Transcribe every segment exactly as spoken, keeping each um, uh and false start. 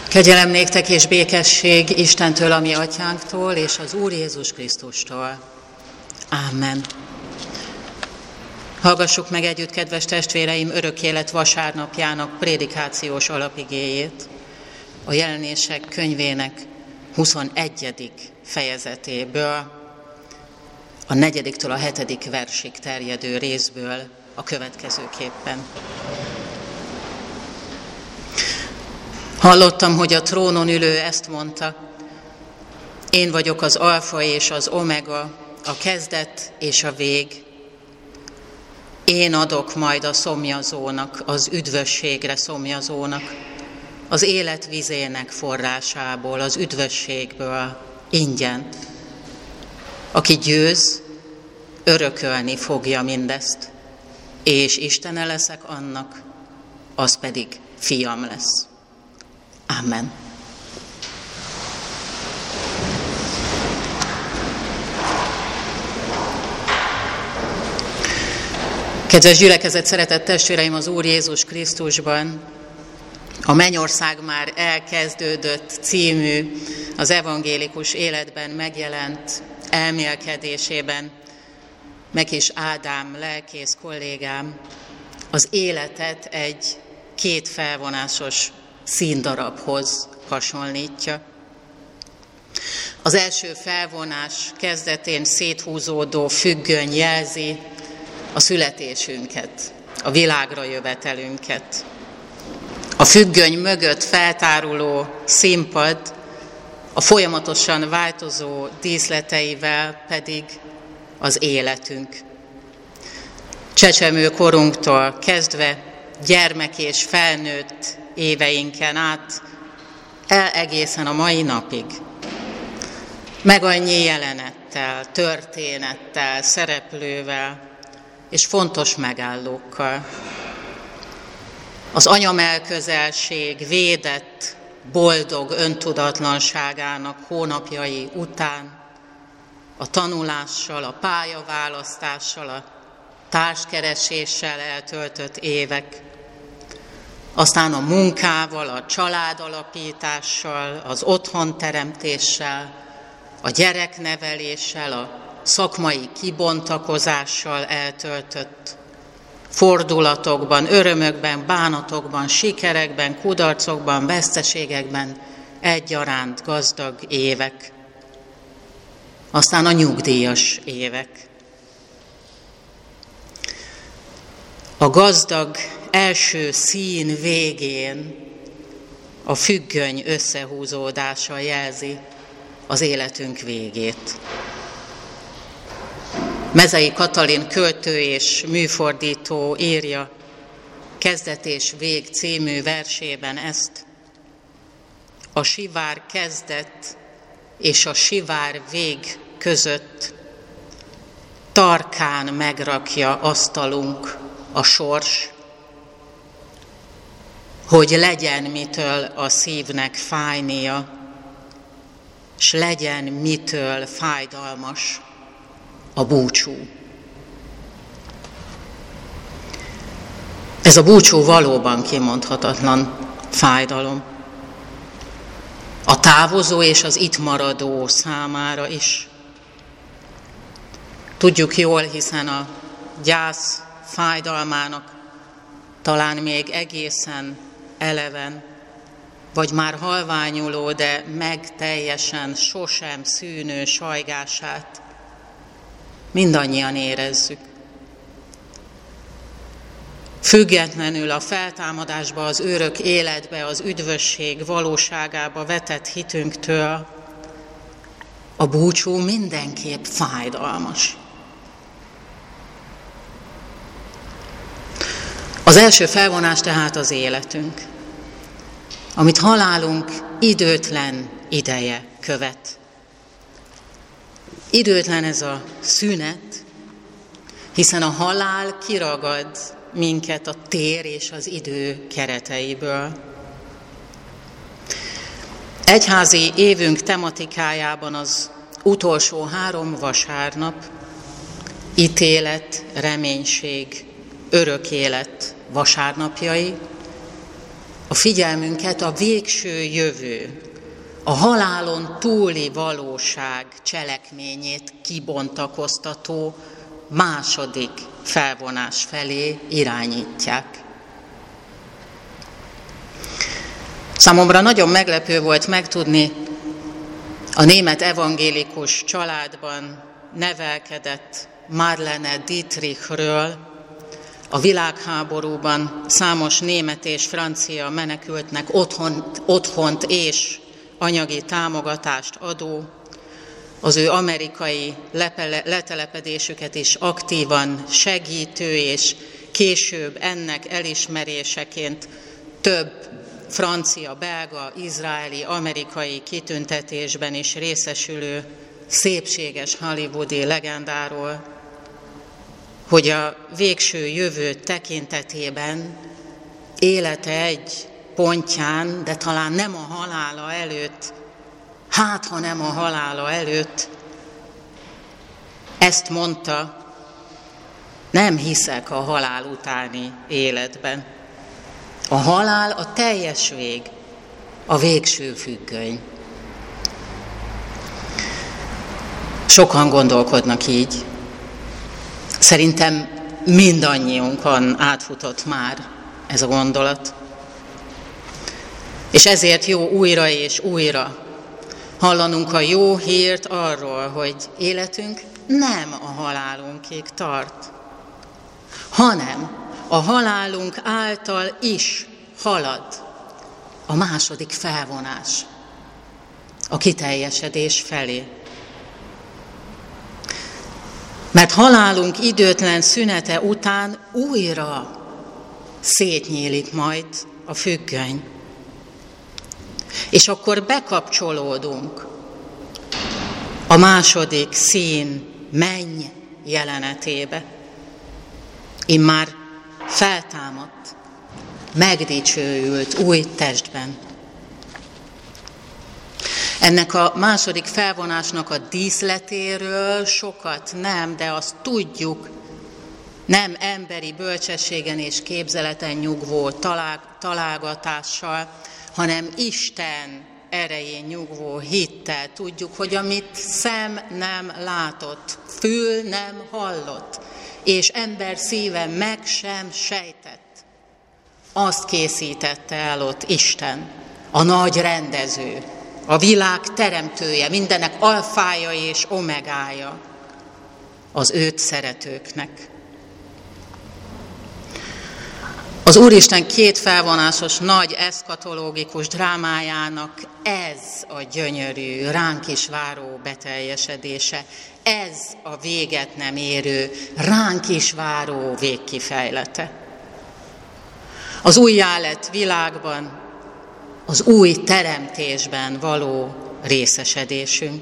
Kegyelem néktek és békesség Istentől, a mi atyánktól, és az Úr Jézus Krisztustól. Ámen. Hallgassuk meg együtt, kedves testvéreim, örök élet vasárnapjának prédikációs alapigéjét, a Jelenések könyvének huszonegyedik fejezetéből, a negyediktől a hetedik versig terjedő részből a következőképpen. Hallottam, hogy a trónon ülő ezt mondta: én vagyok az alfa és az omega, a kezdet és a vég. Én adok majd a szomjazónak, az üdvösségre szomjazónak, az élet vizének forrásából, az üdvösségből ingyen. Aki győz, örökölni fogja mindezt, és Istene leszek annak, az pedig fiam lesz. Amen. Kedves gyülekezet, szeretett testvéreim az Úr Jézus Krisztusban, a Mennyország már elkezdődött című, az evangélikus életben megjelent elmélkedésében meg is Ádám lelkész kollégám az életet egy két felvonásos színdarabhoz hasonlítja. Az első felvonás kezdetén széthúzódó függöny jelzi a születésünket, a világra jövetelünket. A függöny mögött feltáruló színpad a folyamatosan változó díszleteivel pedig az életünk. Csecsemő korunktól kezdve gyermek és felnőtt éveinken át, el egészen a mai napig. Meg annyi jelenettel, történettel, szereplővel és fontos megállókkal. Az anyamelközelség védett, boldog öntudatlanságának hónapjai után a tanulással, a pályaválasztással, a társkereséssel eltöltött évek, aztán a munkával, a családalapítással, az otthonteremtéssel, a gyerekneveléssel, a szakmai kibontakozással eltöltött fordulatokban, örömökben, bánatokban, sikerekben, kudarcokban, veszteségekben egyaránt gazdag évek. Aztán a nyugdíjas évek. A gazdag első szín végén a függöny összehúzódása jelzi az életünk végét. Mezei Katalin költő és műfordító írja Kezdet és vég című versében ezt: a sivár kezdet és a sivár vég között tarkán megrakja asztalunk a sors, hogy legyen mitől a szívnek fájnia, s legyen mitől fájdalmas a búcsú. Ez a búcsú valóban kimondhatatlan fájdalom. A távozó és az itt maradó számára is. Tudjuk jól, hiszen a gyász fájdalmának talán még egészen eleven, vagy már halványuló, de meg teljesen sosem szűnő sajgását mindannyian érezzük. Függetlenül a feltámadásba, az örök életbe, az üdvösség valóságába vetett hitünktől, a búcsú mindenképp fájdalmas. Az első felvonás tehát az életünk, amit halálunk időtlen ideje követ. Időtlen ez a szünet, hiszen a halál kiragad minket a tér és az idő kereteiből. Egyházi évünk tematikájában az utolsó három vasárnap ítélet, reménység, örök élet vasárnapjai, a figyelmünket a végső jövő, a halálon túli valóság cselekményét kibontakoztató második felvonás felé irányítják. Számomra nagyon meglepő volt megtudni, a német evangélikus családban nevelkedett Marlene Dietrichről, a világháborúban számos német és francia menekültnek otthont, otthont és anyagi támogatást adó, az ő amerikai lepele, letelepedésüket is aktívan segítő, és később ennek elismeréseként több francia, belga, izraeli, amerikai kitüntetésben is részesülő szépséges hollywoodi legendáról, hogy a végső jövő tekintetében élete egy pontján, de talán nem a halála előtt, hát ha nem a halála előtt, ezt mondta, nem hiszek a halál utáni életben. A halál a teljes vég, a végső függöny. Sokan gondolkodnak így. Szerintem mindannyiunkon átfutott már ez a gondolat. És ezért jó újra és újra hallanunk a jó hírt arról, hogy életünk nem a halálunkig tart, hanem a halálunk által is halad a második felvonás, a kiteljesedés felé. Mert halálunk időtlen szünete után újra szétnyílik majd a függöny. És akkor bekapcsolódunk a második szín menny jelenetébe. Immár feltámadt, megdicsőült új testben. Ennek a második felvonásnak a díszletéről sokat nem, de azt tudjuk, nem emberi bölcsességen és képzeleten nyugvó talál, találgatással, hanem Isten erején nyugvó hittel tudjuk, hogy amit szem nem látott, fül nem hallott, és ember szíve meg sem sejtett, azt készítette el ott Isten, a nagy rendező, a világ teremtője, mindenek alfája és omegája, az őt szeretőknek. Az Úristen két felvonásos nagy eszkatológikus drámájának ez a gyönyörű, ránk is váró beteljesedése, ez a véget nem érő, ránk is váró végkifejlete. Az újjálett világban, az új teremtésben való részesedésünk.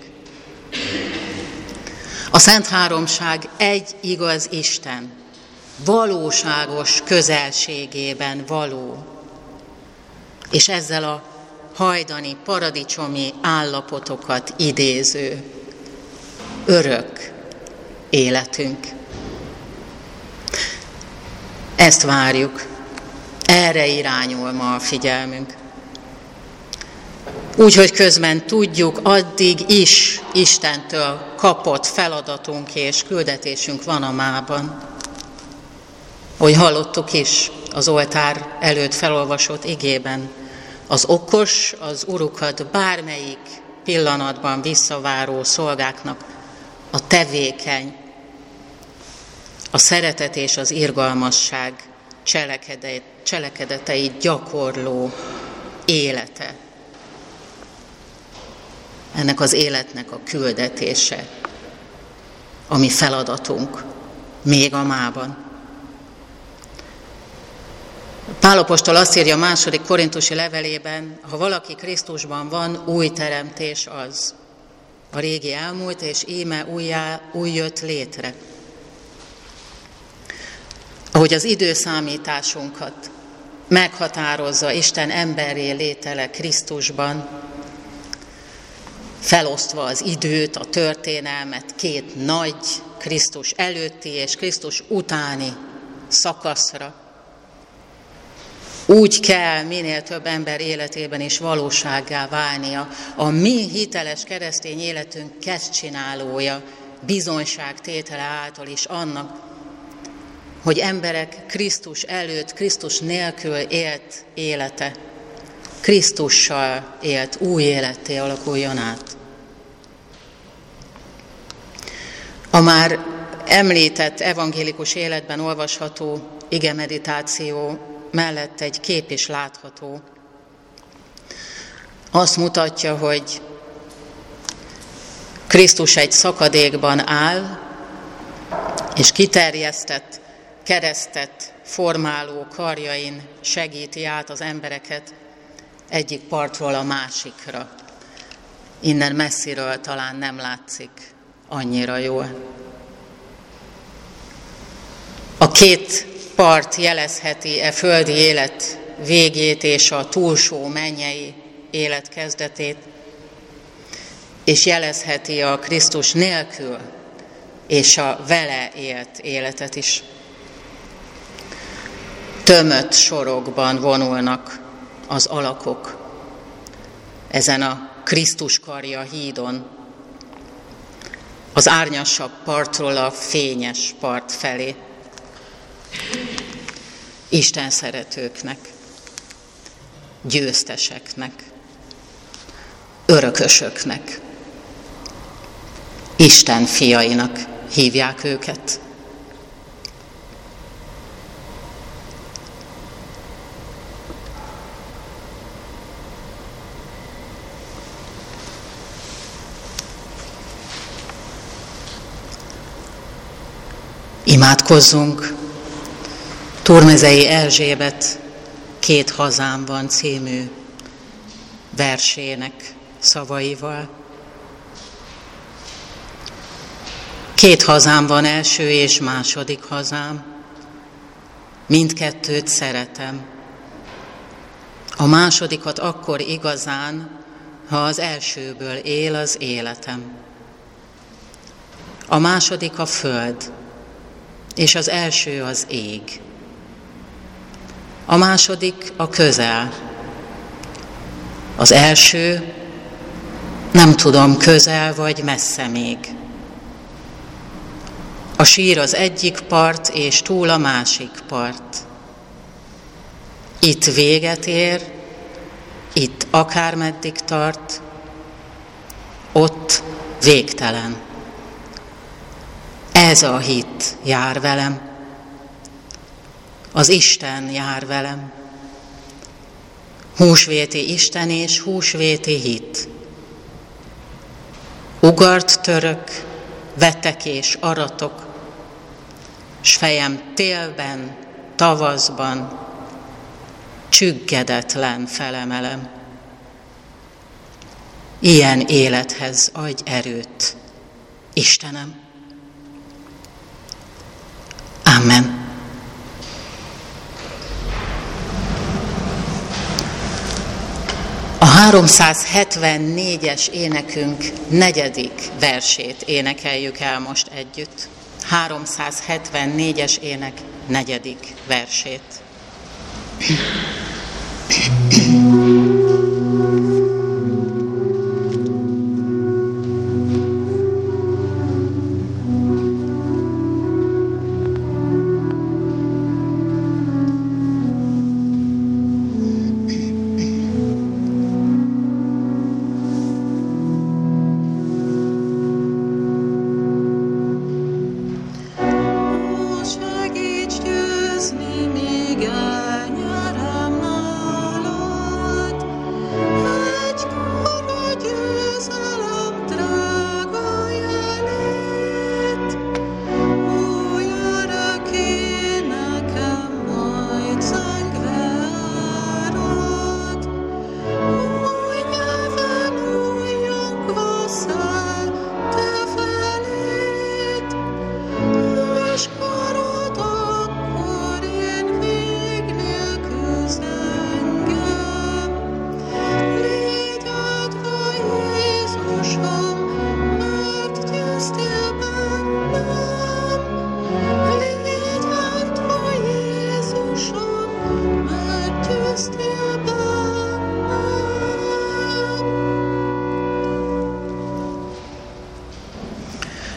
A Szent Háromság egy igaz Isten, valóságos közelségében való, és ezzel a hajdani paradicsomi állapotokat idéző örök életünk. Ezt várjuk, erre irányul ma a figyelmünk. Úgy, hogy közben tudjuk, addig is Istentől kapott feladatunk és küldetésünk van a mában. Hogy hallottuk is az oltár előtt felolvasott igében, az okos, az urukat bármelyik pillanatban visszaváró szolgáknak a tevékeny, a szeretet és az irgalmasság cselekedeteit gyakorló élete. Ennek az életnek a küldetése, a mi feladatunk, még a mában. Pál apostol azt írja a második korintusi levelében, ha valaki Krisztusban van, új teremtés az. A régi elmúlt, és íme újjá, új jött létre. Ahogy az időszámításunkat meghatározza Isten emberré létele Krisztusban, felosztva az időt, a történelmet két nagy Krisztus előtti és Krisztus utáni szakaszra. úgy kell minél több ember életében is valósággá válnia. A mi hiteles keresztény életünk kezdcsinálója, bizonyságtétele által is annak, hogy emberek Krisztus előtt, Krisztus nélkül élt élete, Krisztussal élt új életté alakuljon át. A már említett evangélikus életben olvasható igemeditáció mellett egy kép is látható. Azt mutatja, hogy Krisztus egy szakadékban áll, és kiterjesztett, keresztet formáló karjain segíti át az embereket egyik partról a másikra. Innen messziről talán nem látszik annyira jól. A két part jelezheti e földi élet végét és a túlsó mennyei élet kezdetét, és jelezheti a Krisztus nélkül és a vele élt életet is. Tömött sorokban vonulnak az alakok ezen a Krisztus karja hídon, az árnyasabb partról a fényes part felé. Isten szeretőknek, győzteseknek, örökösöknek, Isten fiainak hívják őket. Imádkozzunk Turmezei Erzsébet Két hazám van című versének szavaival. Két hazám van, első és második hazám, mindkettőt szeretem. A másodikat akkor igazán, ha az elsőből él az életem. A második a föld, és az első az ég. A második a közel. Az első, nem tudom, közel vagy messze még. A sír az egyik part, és túl a másik part. Itt véget ér, itt akármeddig tart, ott végtelen. Ez a hit jár velem. Az Isten jár velem. Húsvéti Isten és húsvéti hit. Ugart török, vetek és aratok, s fejem télben, tavaszban csüggedetlen felemelem. Ilyen élethez adj erőt, Istenem. Amen. A háromszázhetvennégyes énekünk negyedik versét énekeljük el most együtt. háromszázhetvennégyes ének negyedik versét. Segíts győzni, míg elnyerem nálad.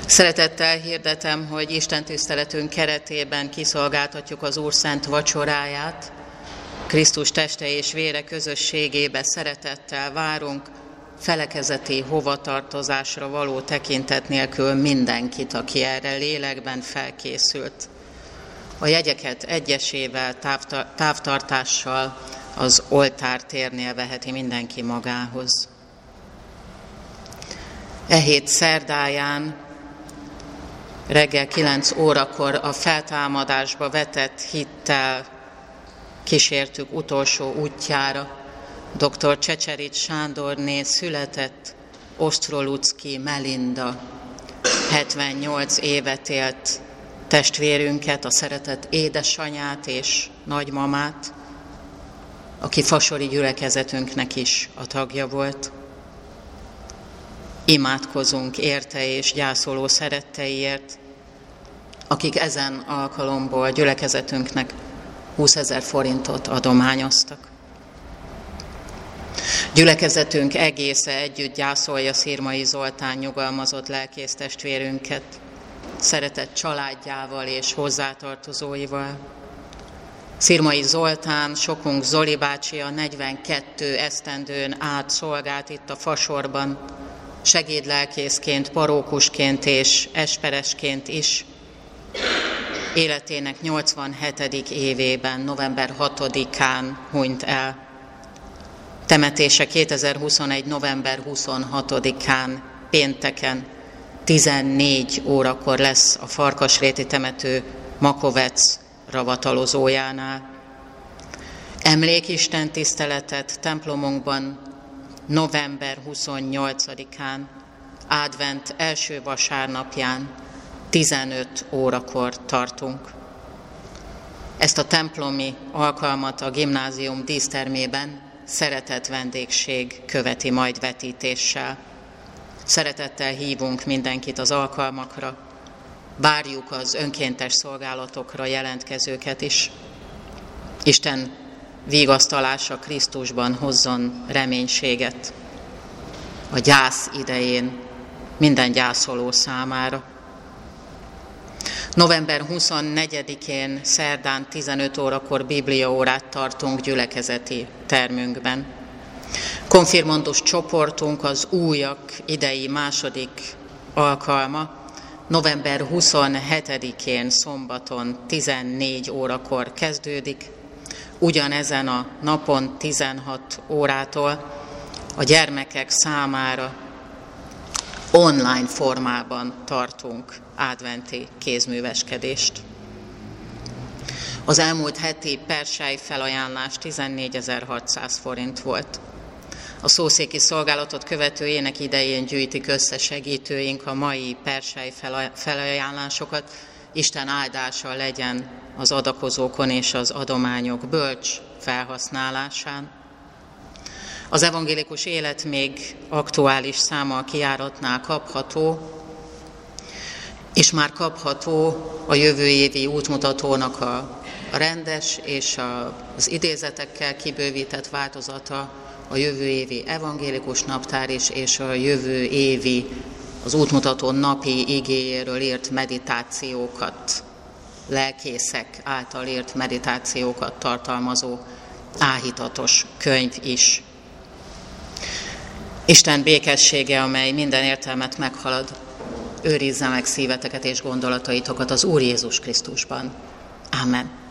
Szeretettel hirdetem, hogy Isten tiszteletünk keretében kiszolgáltatjuk az Úr szent vacsoráját. Krisztus teste és vére közösségébe szeretettel várunk, felekezeti hovatartozásra való tekintet nélkül mindenkit, aki erre lélekben felkészült. A jegyeket egyesével, távtartással az oltártérnél veheti mindenki magához. E hét szerdáján reggel kilenc órakor a feltámadásba vetett hittel kísértük utolsó útjára dr. Csecserics Sándorné született Ostrolucki Melinda, hetvennyolc évet élt testvérünket, a szeretett édesanyát és nagymamát, aki fasori gyülekezetünknek is a tagja volt. Imádkozunk érte és gyászoló szeretteiért, akik ezen alkalomból gyülekezetünknek húszezer forintot adományoztak. Gyülekezetünk egésze együtt gyászolja Szirmai Zoltán nyugalmazott lelkész testvérünket, szeretett családjával és hozzátartozóival. Szirmai Zoltán, sokunk Zoli bácsi a negyvenkettő esztendőn át szolgált itt a Fasorban, segédlelkészként, parókusként és esperesként is. Életének nyolcvanhetedik évében, november hatodikán hunyt el. Temetése kétezer-huszonegy. november huszonhatodikán, pénteken, tizennégy órakor lesz a Farkasréti temető Makovec ravatalozójánál. Emlékisten tiszteletet templomunkban november huszonnyolcadikán, advent első vasárnapján, tizenöt órakor tartunk. Ezt a templomi alkalmat a gimnázium dísztermében szeretett vendégség követi majd vetítéssel. Szeretettel hívunk mindenkit az alkalmakra, várjuk az önkéntes szolgálatokra jelentkezőket is. Isten vigasztalása Krisztusban hozzon reménységet a gyász idején minden gyászoló számára. november huszonnegyedikén szerdán tizenöt órakor bibliaórát tartunk gyülekezeti termünkben. Konfirmandus csoportunk az újak idei második alkalma november huszonhetedikén szombaton tizennégy órakor kezdődik. Ugyanezen a napon tizenhat órától a gyermekek számára online formában tartunk adventi kézműveskedést. Az elmúlt heti persely felajánlás tizennégyezer-hatszáz forint volt. A szószéki szolgálatot követő ének idején gyűjtik össze segítőink a mai persely felajánlásokat. Isten áldása legyen az adakozókon és az adományok bölcs felhasználásán. Az evangélikus élet még aktuális száma a kijáratnál kapható, és már kapható a jövő évi útmutatónak a rendes és az idézetekkel kibővített változata, a jövő évi evangélikus naptár is, és a jövő évi az útmutató napi igéjéről írt meditációkat, lelkészek által írt meditációkat tartalmazó áhítatos könyv is. Isten békessége, amely minden értelmet meghalad, őrizze meg szíveteket és gondolataitokat az Úr Jézus Krisztusban. Amen.